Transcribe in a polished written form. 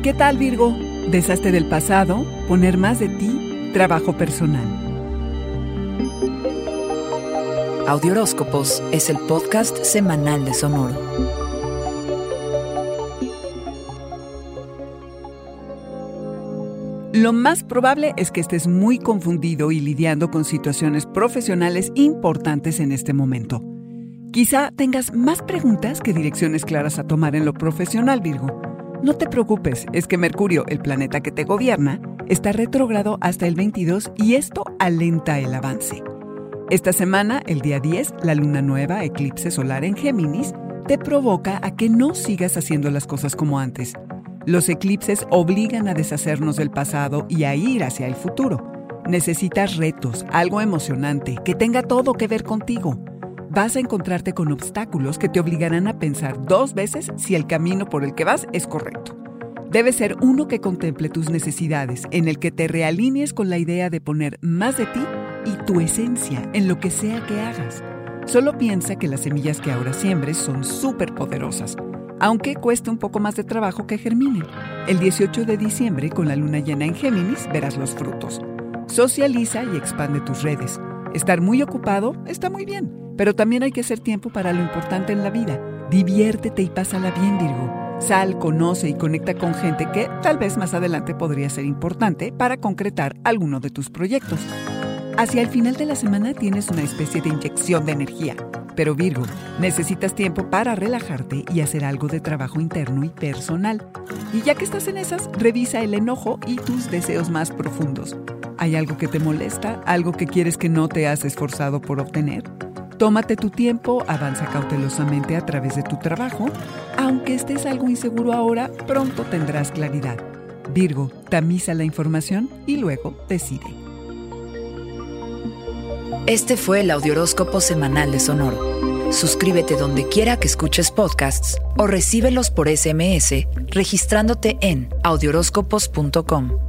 ¿Qué tal, Virgo? Deshazte del pasado, poner más de ti, trabajo personal. Audioróscopos es el podcast semanal de Sonoro. Lo más probable es que estés muy confundido y lidiando con situaciones profesionales importantes en este momento. Quizá tengas más preguntas que direcciones claras a tomar en lo profesional, Virgo. No te preocupes, es que Mercurio, el planeta que te gobierna, está retrógrado hasta el 22 y esto alenta el avance. Esta semana, el día 10, la luna nueva, eclipse solar en Géminis, te provoca a que no sigas haciendo las cosas como antes. Los eclipses obligan a deshacernos del pasado y a ir hacia el futuro. Necesitas retos, algo emocionante, que tenga todo que ver contigo. Vas a encontrarte con obstáculos que te obligarán a pensar 2 veces si el camino por el que vas es correcto. Debe ser uno que contemple tus necesidades, en el que te realinees con la idea de poner más de ti y tu esencia en lo que sea que hagas. Solo piensa que las semillas que ahora siembres son súper poderosas, aunque cueste un poco más de trabajo que germinen. El 18 de diciembre, con la luna llena en Géminis, verás los frutos. Socializa y expande tus redes. Estar muy ocupado está muy bien, pero también hay que hacer tiempo para lo importante en la vida. Diviértete y pásala bien, Virgo. Sal, conoce y conecta con gente que tal vez más adelante podría ser importante para concretar alguno de tus proyectos. Hacia el final de la semana tienes una especie de inyección de energía. Pero Virgo, necesitas tiempo para relajarte y hacer algo de trabajo interno y personal. Y ya que estás en esas, revisa el enojo y tus deseos más profundos. ¿Hay algo que te molesta? ¿Algo que quieres que no te has esforzado por obtener? Tómate tu tiempo, avanza cautelosamente a través de tu trabajo. Aunque estés algo inseguro ahora, pronto tendrás claridad. Virgo, tamiza la información y luego decide. Este fue el Audioróscopo semanal de Sonoro. Suscríbete donde quiera que escuches podcasts o recíbelos por SMS registrándote en audioróscopos.com.